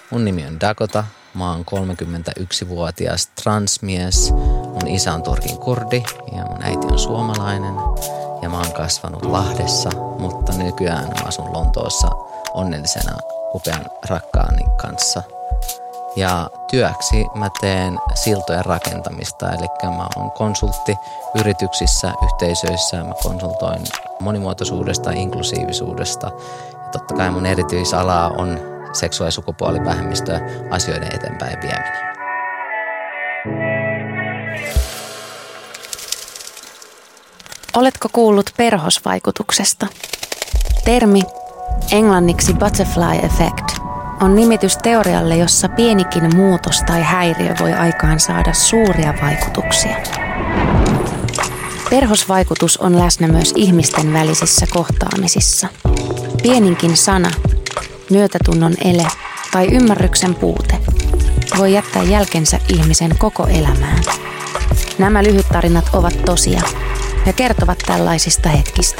Mun nimi on Dakota. Mä oon 31-vuotias transmies. Mun isä on turkin kurdi ja mun äiti on suomalainen. Ja mä oon kasvanut Lahdessa, mutta nykyään mä asun Lontoossa onnellisena upean rakkaani kanssa. Ja työksi mä teen siltojen rakentamista, eli mä oon konsultti yrityksissä, yhteisöissä. Mä konsultoin monimuotoisuudesta, inklusiivisuudesta. Ja totta kai mun erityisala on seksuaali- ja sukupuolivähemmistöä asioiden eteenpäin vieminen. Oletko kuullut perhosvaikutuksesta? Termi, englanniksi butterfly effect, on nimitys teorialle, jossa pienikin muutos tai häiriö voi aikaan saada suuria vaikutuksia. Perhosvaikutus on läsnä myös ihmisten välisissä kohtaamisissa. Pieninkin sana, myötätunnon ele tai ymmärryksen puute voi jättää jälkensä ihmisen koko elämään. Nämä lyhyttarinat ovat tosia ja kertovat tällaisista hetkistä.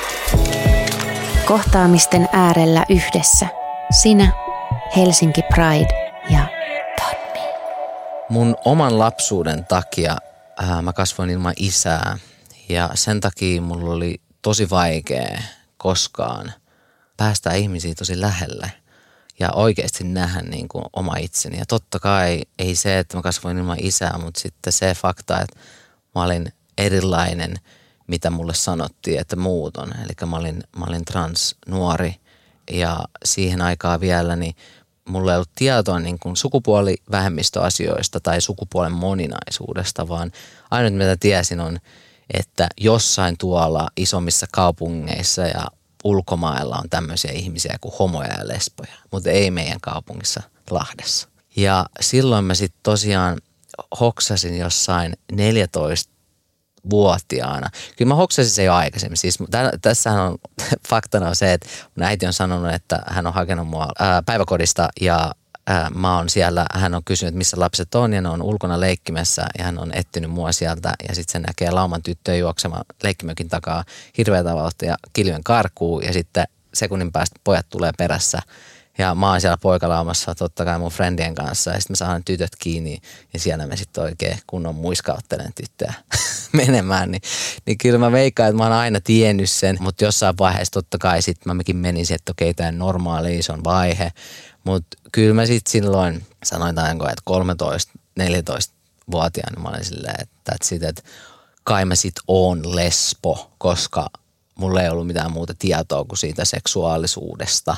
Kohtaamisten äärellä yhdessä sinä, Helsinki Pride ja Tonni. Mun oman lapsuuden takia mä kasvoin ilman isää ja sen takia mulla oli tosi vaikea koskaan päästää ihmisiä tosi lähelle ja oikeasti nähdä niin kuin oma itseni. Ja totta kai ei se, että mä kasvoin ilman isää, mutta sitten se fakta, että mä olin erilainen, mitä mulle sanottiin, että muut on. Eli mä olin transnuori ja siihen aikaan vielä niin mulla ei ollut tietoa niin kuin sukupuolivähemmistöasioista tai sukupuolen moninaisuudesta, vaan ainut mitä tiesin on, että jossain tuolla isommissa kaupungeissa ja ulkomailla on tämmöisiä ihmisiä kuin homoja ja lesboja, mutta ei meidän kaupungissa Lahdessa. Ja silloin mä sitten tosiaan hoksasin jossain 14-vuotiaana. Kyllä mä hoksasin se jo aikaisemmin. Siis tässähän on faktana on se, että mun äiti on sanonut, että hän on hakenut mua päiväkodista ja mä oon siellä, hän on kysynyt, missä lapset on ja ne on ulkona leikkimässä ja hän on etsinyt mua sieltä ja sitten se näkee lauman tyttöä juoksemaan leikkimökin takaa hirveätä vauhtia ja kilven karkuun ja sitten sekunnin päästä pojat tulee perässä ja mä oon siellä poikalaumassa totta kai mun friendien kanssa ja sitten me saadaan tytöt kiinni ja siellä me sitten oikein kunnon muiskauttelen tyttöä menemään, niin kyllä mä veikkaan, että mä oon aina tiennyt sen, mutta jossain vaiheessa totta kai sitten mäkin menin että okei, tämä on normaali, se on vaihe. Mutta kyllä mä sitten silloin sanoitaanko, että 13-14-vuotiaana mä olin silleen, että kai mä sit oon lesbo, koska mulla ei ollut mitään muuta tietoa kuin siitä seksuaalisuudesta.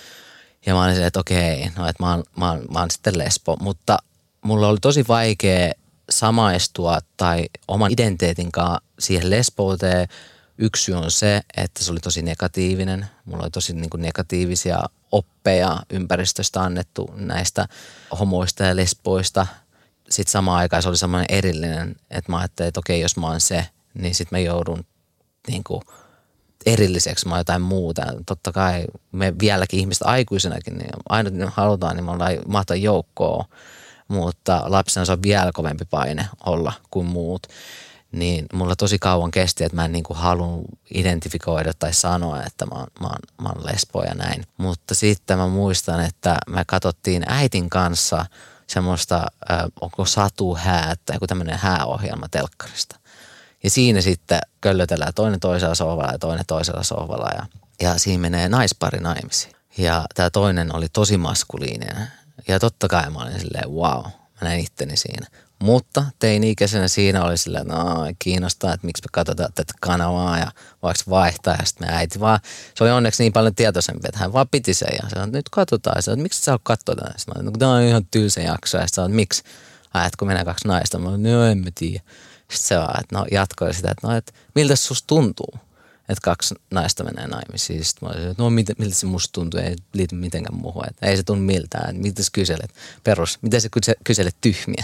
Ja mä olin silleen, että okei, no että mä oon sitten lesbo, mutta mulla oli tosi vaikea samaistua tai oman identiteetin kanssa siihen lesbouteen. Yksi syy on se, että se oli tosi negatiivinen. Mulla oli tosi niin kuin negatiivisia oppeja ympäristöstä annettu näistä homoista ja lesboista. Sitten samaan aikaan se oli semmoinen erillinen, että mä ajattelin, että okei, jos mä oon se, niin sitten mä joudun niin kuin erilliseksi, mä oon jotain muuta. Totta kai me vieläkin ihmiset aikuisenakin, niin aina kun halutaan, niin me ollaan mahtaa joukkoa, mutta lapsena se on vielä kovempi paine olla kuin muut. Niin mulla tosi kauan kesti, että mä en niinku halunnut identifikoida tai sanoa, että mä oon lesbo ja näin. Mutta sitten mä muistan, että me katsottiin äitin kanssa semmoista, onko Satu Hää tai joku tämmöinen hääohjelma telkkarista. Ja siinä sitten köllötellään toinen toisella sohvalla ja toinen toisella sohvalla ja siinä menee naispari naimisiin. Ja tää toinen oli tosi maskuliininen ja totta kai mä olin silleen wow, mä näin itteni siinä. Mutta teini-ikäisenä siinä oli silleen, että kiinnostaa, että miksi me katsotaan tätä kanavaa ja voiko vaihtaa. Ja sitten me äiti vaan, se oli onneksi niin paljon tietoisempi, että hän vaan piti sen ja sanoi, että nyt katsotaan. Ja sanoi, että miksi sä katsoa tätä? Sitten mä olin, että tämä on ihan tylsä jakso. Ja sitten sanoi, että miksi? Kun menee kaksi naista. Mä olin, no en mä tiedä. Sitten se vaan, että no jatkoi sitä, että miltä susta tuntuu, että kaksi naista menee naimisiin. Sitten mä olin, että no miltä se musta tuntuu, ei liity mitenkään muuhun. Että ei se tunnu miltään, että mitä sä kyselet perus, mitä sä kyselet tyhmiä.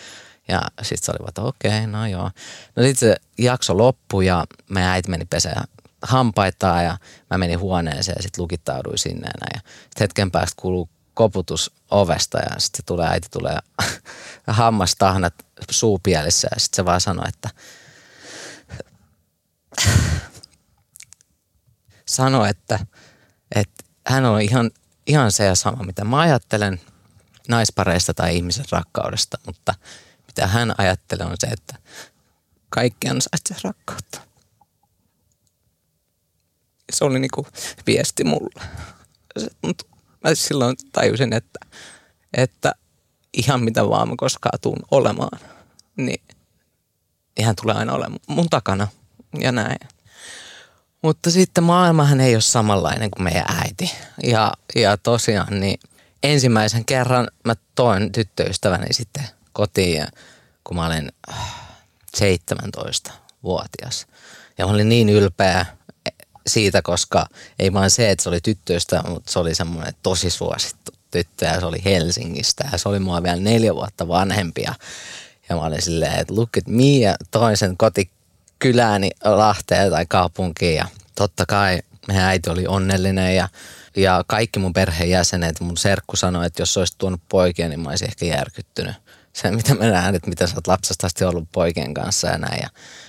Ja sitten se oli vaan, että okei, no joo. No sitten se jakso loppui ja meidän äiti meni pesään hampaitaan ja mä menin huoneeseen ja sitten lukittauduin sinne. Ja sitten hetken päästä kuuluu koputus ovesta ja sitten äiti tulee hammastahnat suupielissä ja sitten se vaan sanoi, että hän on ihan se ja sama, mitä mä ajattelen. naispareista tai ihmisen rakkaudesta, mutta mitä hän ajattelee on se, että kaikki ansaitsee rakkautta. Se oli niinku viesti mulle. Mä silloin tajusin, että ihan mitä vaan mä koskaan tuun olemaan, niin ihan tulee aina olemaan mun takana ja näin. Mutta sitten maailmahan ei ole samanlainen kuin meidän äiti. Ja tosiaan niin ensimmäisen kerran mä toin tyttöystäväni sitten kotiin, kun mä olin 17-vuotias. Ja mä olin niin ylpeä siitä, koska ei vaan se, että se oli tyttöystävä, mutta se oli semmoinen tosi suosittu tyttö ja se oli Helsingistä ja se oli mua vielä 4 vuotta vanhempia. Ja mä olin silleen, että look at me ja toin sen kotikylääni Lahteen tai kaupunkiin ja totta kai meidän äiti oli onnellinen ja kaikki mun perheenjäsenet, mun serkku sanoi, että jos olisit tuonut poikia, niin mä olisin ehkä järkyttynyt. Se, mitä mä näen, että mitä sä oot lapsesta asti ollut poikien kanssa ja näin.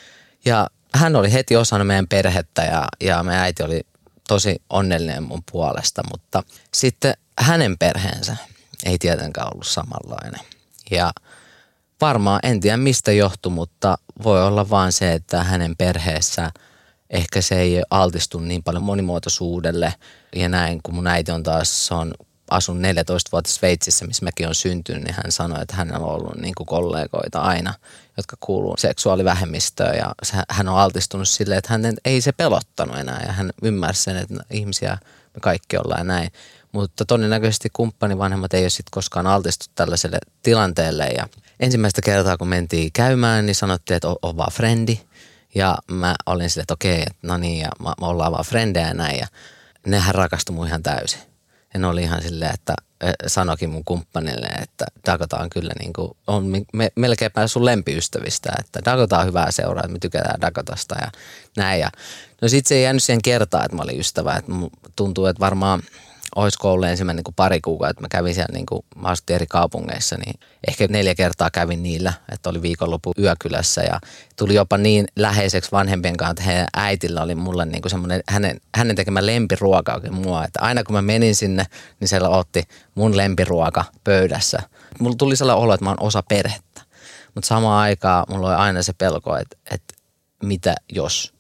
Ja hän oli heti osana meidän perhettä ja meidän äiti oli tosi onnellinen mun puolesta, mutta sitten hänen perheensä ei tietenkään ollut samanlainen. Ja varmaan en tiedä mistä johtui, mutta voi olla vaan se, että hänen perheessä ehkä se ei altistu niin paljon monimuotoisuudelle ja näin, kun mun äiti on taas, se on asun 14-vuotias Sveitsissä, missä mäkin on syntynyt, niin hän sanoi, että hänellä on ollut niin kuin kollegoita aina, jotka kuuluu seksuaalivähemmistöön ja hän on altistunut silleen, että hänen ei se pelottanut enää ja hän ymmärsi sen, että ihmisiä me kaikki ollaan ja näin. Mutta todennäköisesti kumppanivanhemmat ei ole sitten koskaan altistunut tällaiselle tilanteelle ja ensimmäistä kertaa kun mentiin käymään, niin sanottiin, että on vaan frendi ja mä olin silleen, että okei, että no niin ja me ollaan vaan frendejä ja näin ja nehän rakastui mun ihan täysin. Ja ne oli ihan silleen, että sanokin mun kumppanille, että Dakota on kyllä niin kuin, on melkeinpä sun lempiystävistä, että Dakota on hyvää seuraa, että me tykätään Dakotasta ja näin. Ja no sit se ei jäänyt siihen kertaan, että mä olin ystävä, että tuntuu, että varmaan olisiko ollut ensimmäinen niin kuin pari kuukautta, että mä kävin siellä, niin kuin mä asuttiin eri kaupungeissa, niin ehkä 4 kertaa kävin niillä, että oli viikonloppu yökylässä ja tuli jopa niin läheiseksi vanhempien kanssa, että heidän äitillä oli mulle niin kuin semmoinen hänen tekemä lempiruoka oikein mua, että aina kun mä menin sinne, niin siellä otti mun lempiruoka pöydässä. Mulla tuli sellainen olo, että mä oon osa perhettä, mutta samaan aikaan mulla oli aina se pelko, että mitä jos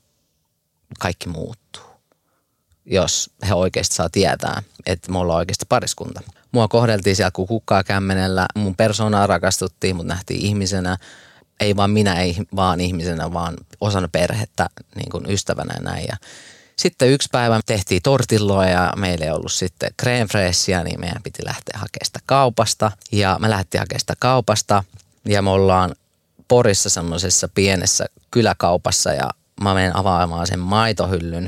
kaikki muuttuu. Jos he oikeasti saa tietää, että me ollaan oikeasti pariskunta. Mua kohdeltiin siellä kuin kukkaa kämmenellä, mun persoonaa rakastuttiin, mut nähtiin ihmisenä. Ei vaan minä, ei vaan ihmisenä, vaan osana perhettä, niin kuin ystävänä ja näin. Ja sitten yksi päivä tehtiin tortilloa ja meillä ei ollut sitten crème fraîchea, niin meidän piti lähteä hakemaan sitä kaupasta. Ja me lähdettiin hakemaan sitä kaupasta ja me ollaan Porissa semmoisessa pienessä kyläkaupassa ja mä menen avaamaan sen maitohyllyn.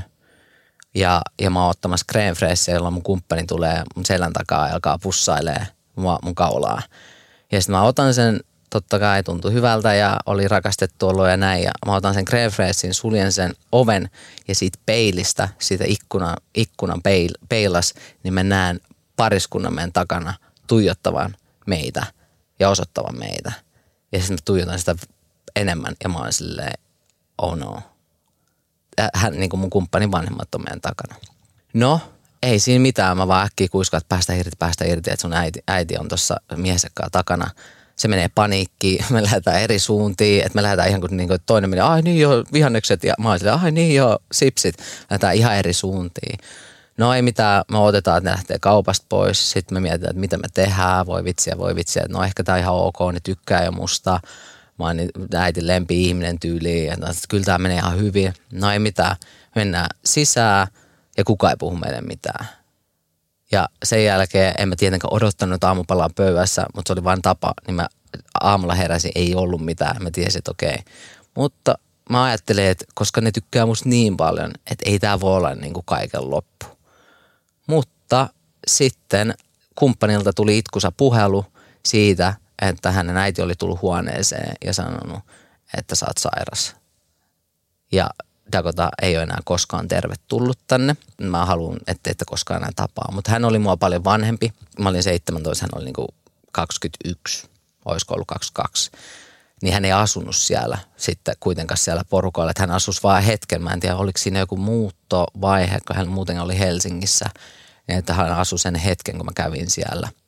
Ja mä oon ottamassa crème fraîchea, jolla mun kumppani tulee mun selän takaa ja alkaa pussailee mun kaulaa. Ja sitten mä otan sen, totta kai tuntui hyvältä ja oli rakastettu olo ja näin. Ja mä otan sen crème fraîchen, suljen sen oven ja siitä peilistä, siitä ikkunan peilas, niin mä näen pariskunnan meidän takana tuijottavan meitä ja osoittavan meitä. Ja sitten mä tuijotan sitä enemmän ja mä oon silleen, oh no. Hän, niin kuin mun kumppanin vanhemmat on meidän takana. No, ei siinä mitään. Mä vaan äkkiä kuiskaan, että päästä irti, että sun äiti on tuossa miesekkaan takana. Se menee paniikkiin, me lähdetään eri suuntiin, että me lähdetään ihan kuin toinen menee, ai niin joo, vihannekset ja mä oon silleen, ai niin joo, sipsit. Lähdetään ihan eri suuntiin. No ei mitään, me odotetaan, että ne lähtee kaupasta pois. Sitten me mietitään, että mitä me tehdään, voi vitsiä. No ehkä tää on ihan ok, ne tykkää jo musta. Mä oon äitin lempi-ihminen tyyliin, että kyllä tää menee ihan hyvin. No ei mitään, mennään sisään ja kukaan ei puhu meille mitään. Ja sen jälkeen en mä tietenkään odottanut aamupalaa pöydässä, mutta se oli vain tapa, niin mä aamulla heräsin, ei ollut mitään. Mä tiesin, että okei. Mutta mä ajattelin, että koska ne tykkää musta niin paljon, että ei tää voi olla niin kuin kaiken loppu. Mutta sitten kumppanilta tuli itkusa puhelu siitä, että hänen äiti oli tullut huoneeseen ja sanonut, että sä oot sairas. Ja Dakota ei ole enää koskaan tervetullut tänne. Mä haluan, ettei koskaan enää tapaa. Mutta hän oli mua paljon vanhempi. Mä olin 17, hän oli niinku 21, olisiko ollut 22. Niin hän ei asunut siellä sitten kuitenkaan siellä porukalla. Että hän asuisi vaan hetken. Mä en tiedä, oliko siinä joku muuttovaihe, kun hän muuten oli Helsingissä. Että hän asui sen hetken, kun mä kävin siellä.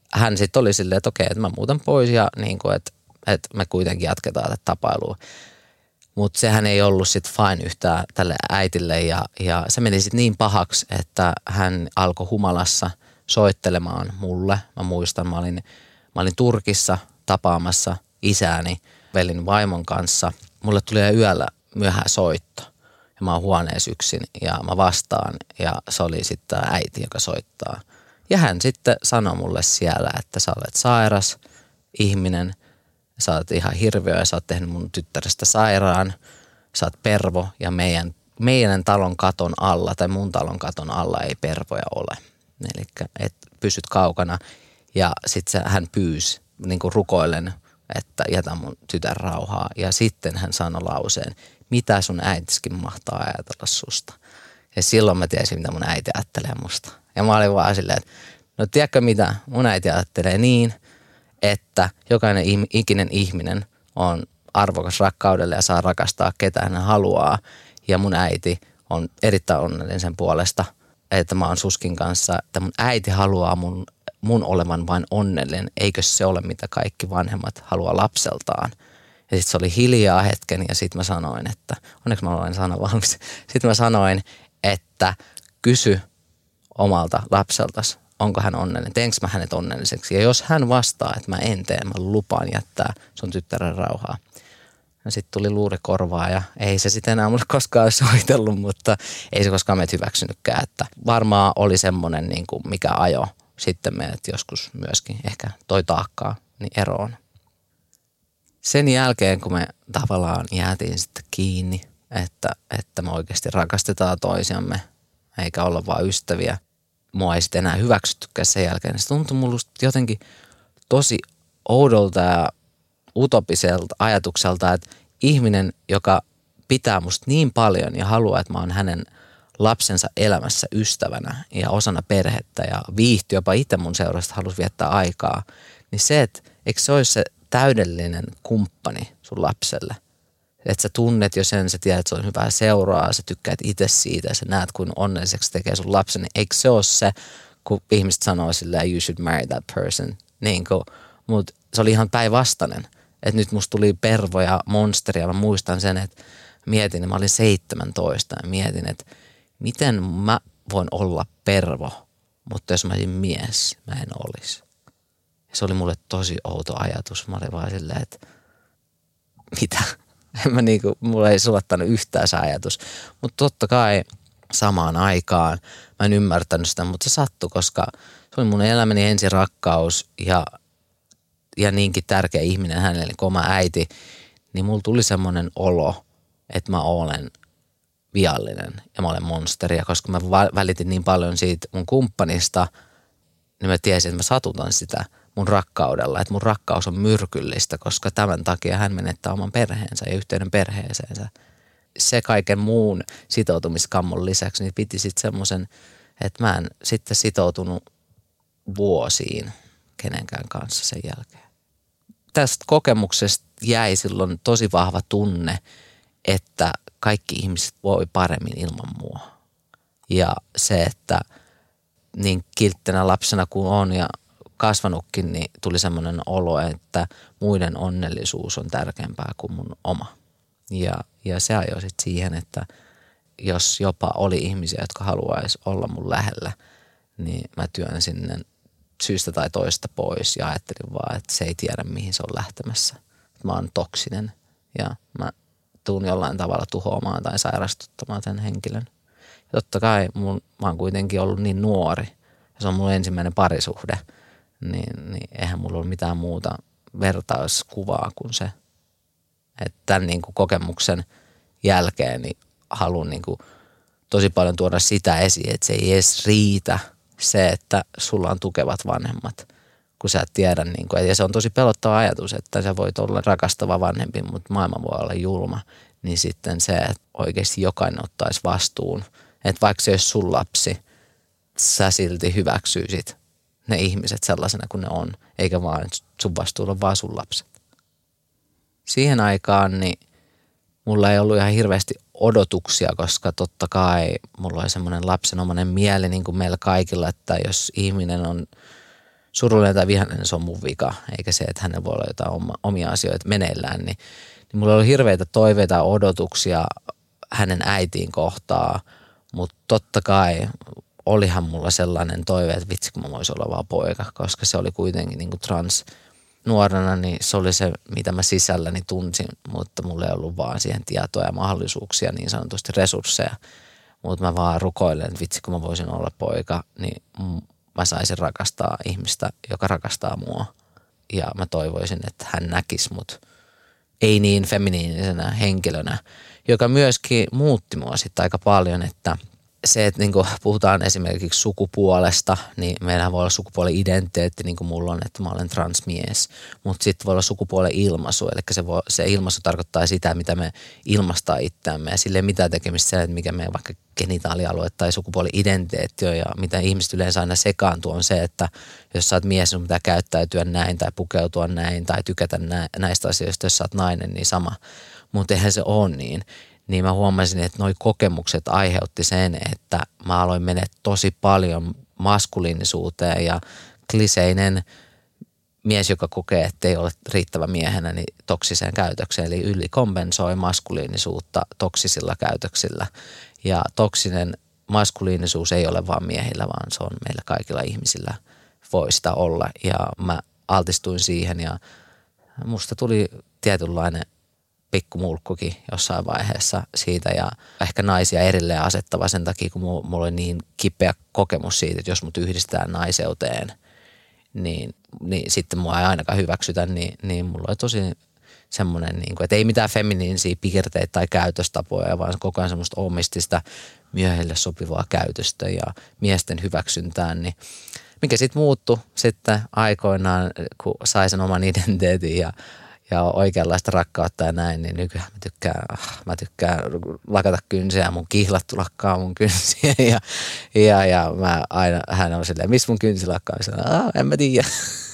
hän sitten oli silleen, että okei, että mä muutan pois ja niin kuin, että me kuitenkin jatketaan tätä tapailua. Mutta sehän ei ollut sitten fine yhtään tälle äitille ja se meni sitten niin pahaksi, että hän alkoi humalassa soittelemaan mulle. Mä muistan, mä olin Turkissa tapaamassa isääni velin vaimon kanssa. Mulle tuli yöllä myöhään soitto ja mä oon huoneessa yksin ja mä vastaan ja se oli sitten äiti, joka soittaa. Ja hän sitten sanoi mulle siellä, että sä olet sairas ihminen, sä oot ihan hirveä ja sä oot tehnyt mun tyttärestä sairaan, sä oot pervo ja meidän talon katon alla tai mun talon katon alla ei pervoja ole. Eli et pysyt kaukana ja sitten hän pyysi niin kuin rukoillen, että jätä mun tytär rauhaa. Ja sitten hän sanoi lauseen, mitä sun äitiskin mahtaa ajatella susta. Ja silloin mä tiesin, mitä mun äiti ajattelee musta. Ja mä olin vaan silleen, että no tiedätkö mitä, mun äiti ajattelee niin, että jokainen ikinen ihminen on arvokas rakkaudelle ja saa rakastaa ketä hän haluaa. Ja mun äiti on erittäin onnellinen sen puolesta, että mä oon Suskin kanssa, että mun äiti haluaa mun olevan vain onnellinen, eikö se ole mitä kaikki vanhemmat haluaa lapseltaan. Ja sitten se oli hiljaa hetken ja sitten mä sanoin, että onneksi mä olen sana valmis. Sitten mä sanoin, että kysy omalta lapseltas, onko hän onnellinen, teenkö mä hänet onnelliseksi. Ja jos hän vastaa, että mä en tee, mä lupaan jättää sun tyttären rauhaa. Ja sitten tuli luuri korvaa ja ei se sitten enää mulle koskaan soitellut, mutta ei se koskaan meitä hyväksynytkään. Että varmaan oli semmoinen, niin kuin mikä ajo sitten meidät joskus myöskin ehkä toi taakkaa niin eroon. Sen jälkeen, kun me tavallaan jäätiin sitten kiinni, että me oikeasti rakastetaan toisiamme, eikä olla vaan ystäviä, mua ei sitten enää hyväksyttykään sen jälkeen. Se tuntui mulle jotenkin tosi oudolta ja utopiselta ajatukselta, että ihminen, joka pitää musta niin paljon ja haluaa, että mä oon hänen lapsensa elämässä ystävänä ja osana perhettä ja viihtyy jopa itse mun seurasta, halusi viettää aikaa, niin se, että eikö se olisi se täydellinen kumppani sun lapselle? Että sä tunnet jo sen, sä tiedät, että se on hyvää seuraa, sä tykkäät itse siitä ja sä näet, kuin onnelliseksi tekee sun lapsen. Niin eikö se ole se, kun ihmiset sanoo silleen, you should marry that person. Niin mutta se oli ihan päinvastainen. Että nyt musta tuli pervo ja monsteri ja mä muistan sen, että mietin, mä olin 17 ja mietin, että miten mä voin olla pervo, mutta jos mä olisin mies, mä en olisi. Ja se oli mulle tosi outo ajatus. Mä olin vaan silleen, että mitä? Mulla ei sulattanut yhtään se ajatus. Mutta totta kai samaan aikaan mä en ymmärtänyt sitä, mutta se sattui, koska se oli mun elämäni ensirakkaus ja niinkin tärkeä ihminen hänelle kuin oma äiti, niin mulla tuli semmoinen olo, että mä olen viallinen ja mä olen monsteri. Ja koska mä välitin niin paljon siitä mun kumppanista, niin mä tiesin, että mä satutan sitä mun rakkaudella, että mun rakkaus on myrkyllistä, koska tämän takia hän menettää oman perheensä ja yhteyden perheeseensä. Se kaiken muun sitoutumiskammon lisäksi niin piti sitten semmoisen, että mä en sitten sitoutunut vuosiin kenenkään kanssa sen jälkeen. Tästä kokemuksesta jäi silloin tosi vahva tunne, että kaikki ihmiset voi paremmin ilman mua. Ja se, että niin kilttenä lapsena kuin on ja kasvanutkin, niin tuli semmoinen olo, että muiden onnellisuus on tärkeämpää kuin mun oma. Ja se ajoi sitten siihen, että jos jopa oli ihmisiä, jotka haluaisi olla mun lähellä, niin mä työn sinne syystä tai toista pois ja ajattelin vaan, että se ei tiedä mihin se on lähtemässä. Mä oon toksinen ja mä tuun jollain tavalla tuhoamaan tai sairastuttamaan sen henkilön. Ja totta kai mä oon kuitenkin ollut niin nuori ja se on mun ensimmäinen parisuhde, niin eihän mulla ole mitään muuta vertauskuvaa kuin se. Että tämän niin kuin kokemuksen jälkeen niin haluan niin kuin tosi paljon tuoda sitä esiin, että se ei edes riitä se, että sulla on tukevat vanhemmat, kun sä et tiedä. Niin kuin, ja se on tosi pelottava ajatus, että sä voit olla rakastava vanhempi, mutta maailma voi olla julma. Niin sitten se, että oikeasti jokainen ottaisi vastuun. Että vaikka se olisi sun lapsi, sä silti hyväksyisit ne ihmiset sellaisena kuin ne on, eikä vaan, että sun vastuulla on vaan sun lapset. Siihen aikaan niin mulla ei ollut ihan hirveästi odotuksia, koska totta kai mulla oli semmoinen lapsenomainen mieli niin kuin meillä kaikilla, että jos ihminen on surullinen tai vihainen, se on mun vika, eikä se, että hänellä voi olla jotain omia asioita meneillään, niin mulla oli hirveitä toiveita ja odotuksia hänen äitiin kohtaa, mutta totta kai olihan mulla sellainen toive, että vitsi kun mä voisin olla vaan poika, koska se oli kuitenkin niin kuin trans nuorena, niin se oli se, mitä mä sisälläni tunsin, mutta mulla ei ollut vaan siihen tietoa ja mahdollisuuksia, niin sanotusti resursseja. Mutta mä vaan rukoilen, että vitsi kun mä voisin olla poika, niin mä saisin rakastaa ihmistä, joka rakastaa mua. Ja mä toivoisin, että hän näkisi mut ei niin feminiinisenä henkilönä, joka myöskin muutti mua sitten aika paljon, että se, että niin puhutaan esimerkiksi sukupuolesta, niin meillähän voi olla sukupuoli-identiteetti, niin kuin mulla on, että mä olen transmies, mutta sitten voi olla sukupuolen ilmaisu, eli se ilmaisu tarkoittaa sitä, mitä me ilmaistaa itseämme, ja sille ei mitään tekemistä sen, että mikä meidän vaikka genitaalialue tai sukupuoli-identiteetti on, ja mitä ihmiset yleensä aina sekaantuu on se, että jos sä oot mies, sun pitää käyttäytyä näin, tai pukeutua näin, tai tykätä näistä asioista, jos sä oot nainen, niin sama, mutta eihän se ole niin mä huomasin, että noi kokemukset aiheutti sen, että mä aloin mennä tosi paljon maskuliinisuuteen ja kliseinen mies, joka kokee, että ei ole riittävä miehenä, niin toksiseen käytökseen. Eli ylikompensoi maskuliinisuutta toksisilla käytöksillä. Ja toksinen maskuliinisuus ei ole vaan miehillä, vaan se on meillä kaikilla ihmisillä voi sitä olla. Ja mä altistuin siihen ja musta tuli tietynlainen pikkumulkkukin jossain vaiheessa siitä ja ehkä naisia erilleen asettava sen takia, kun mulla oli niin kipeä kokemus siitä, että jos mut yhdistetään naiseuteen, niin sitten mua ei ainakaan hyväksytä, niin mulla oli tosi semmoinen, niin kuin, että ei mitään feminiinisiä piirteitä tai käytöstapoja, vaan koko ajan semmoista omistista miehille sopivaa käytöstä ja miesten hyväksyntään, niin mikä sitten muuttui sitten aikoinaan, kun sai sen oman identiteetin ja oikeanlaista rakkautta ja näin, niin nykyään mä tykkään lakata kynsiä ja mun kihlattu lakkaa mun kynsiä ja mä aina, hän on silleen, missä mun kynsi lakkaa? En mä tiedä.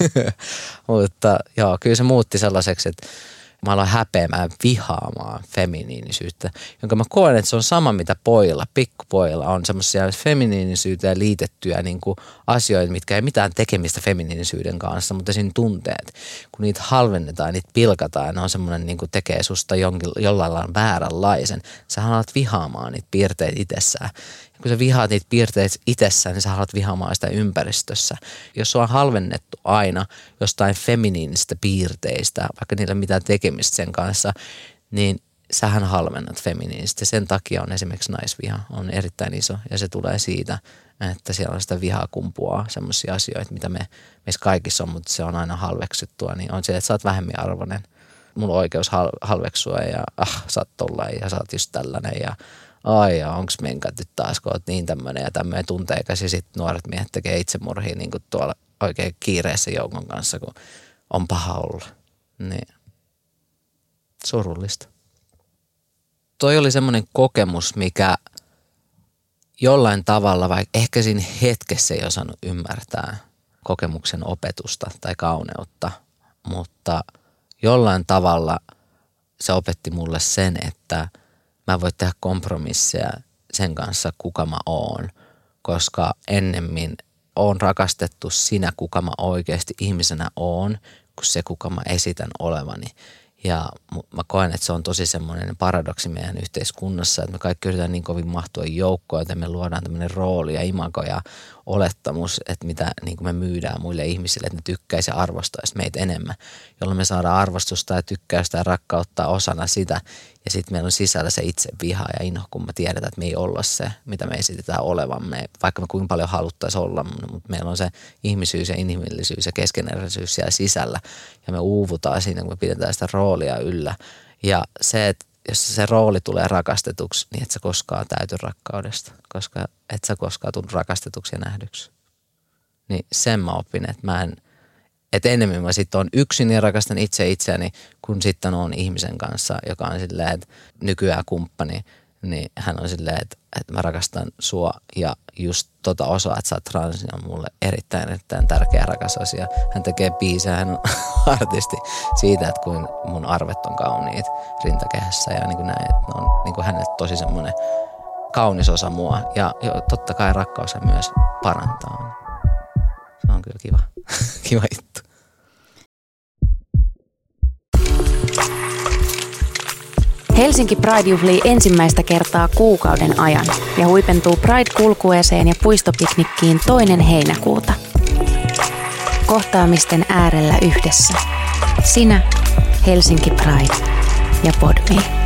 Mutta joo, kyllä se muutti sellaiseksi, että mä aloin häpeämään, vihaamaan feminiinisyyttä, jonka mä koen, että se on sama mitä pojilla, pikkupojilla on semmoisia feminiinisyyteen liitettyjä niin kuin asioita, mitkä ei mitään tekemistä feminiinisyyden kanssa, mutta siinä tunteet, kun niitä halvennetaan, niitä pilkataan, ne on semmoinen niin kuin tekee susta jollain lailla vääränlaisen. Sä alat vihaamaan niitä piirteitä itsessään. Ja kun sä vihaat niitä piirteitä itsessään, niin sä alat vihaamaan sitä ympäristössä. Jos sua on halvennettu aina jostain feminiinistä piirteistä, vaikka niillä ei mitään tekemistä sen kanssa, niin sähän halvennat feminiinistä. Sen takia on esimerkiksi naisviha on erittäin iso ja se tulee siitä, että siellä on sitä vihaa kumpuaa semmoisia asioita, mitä meissä kaikissa on, mutta se on aina halveksittua, niin on se, että sä oot vähemminarvoinen. Mulla on oikeus halveksua ja sä oot tollain ja sä oot just tällainen ja ja onks menkat nyt taas, kun oot niin tämmönen ja tämmöinen tunteikas ja sitten nuoret miehet tekee itsemurhia niin kuin tuolla oikein kiireessä joukon kanssa, kun on paha olla. Niin. Surullista. Toi oli semmoinen kokemus, mikä jollain tavalla, vaikka ehkä siinä hetkessä ei osannut ymmärtää kokemuksen opetusta tai kauneutta, mutta jollain tavalla se opetti mulle sen, että mä voin tehdä kompromisseja sen kanssa, kuka mä oon, koska ennemmin oon rakastettu sinä, kuka mä oikeasti ihmisenä oon, kuin se, kuka mä esitän olevani. Ja mä koen, että se on tosi semmoinen paradoksi meidän yhteiskunnassa, että me kaikki yritetään niin kovin mahtua joukkoon, että me luodaan tämmöinen rooli ja imago ja olettamus, että mitä niin kuin me myydään muille ihmisille, että ne tykkäisi ja arvostaisi meitä enemmän, jolloin me saadaan arvostusta ja tykkäystä ja rakkautta osana sitä. Ja sitten meillä on sisällä se itse viha ja inho, kun me tiedetään, että me ei olla se, mitä me esitetään olevamme, vaikka me kuinka paljon haluttaisiin olla, mutta meillä on se ihmisyys ja inhimillisyys ja keskeneräisyys siellä sisällä. Ja me uuvutaan siinä, kun me pidetään sitä roolia yllä. Ja se, että jos se rooli tulee rakastetuksi, niin et sä koskaan täyty rakkaudesta, koska et sä koskaan tullut rakastetuksi ja nähdyksi. Niin sen mä opin, että enemmän mä sitten on yksin ja rakastan itseäni, kun sitten on ihmisen kanssa, joka on silleen, että nykyään kumppani, niin hän on silleen, että mä rakastan sua ja just tota osaa, että sä oot trans, on mulle erittäin tärkeä rakas asia. Hän tekee biisejä, hän on artisti siitä, että kuin mun arvet on kauniit rintakehässä ja niin kuin näin, että ne on niin kuin hänelle tosi semmoinen kaunis osa mua ja totta kai rakkaus myös parantaa. Se on kyllä kiva, kiva juttu. Helsinki Pride juhlii ensimmäistä kertaa kuukauden ajan ja huipentuu Pride-kulkueeseen ja puistopiknikkiin 2. heinäkuuta. Kohtaamisten äärellä yhdessä. Sinä, Helsinki Pride ja PodMe.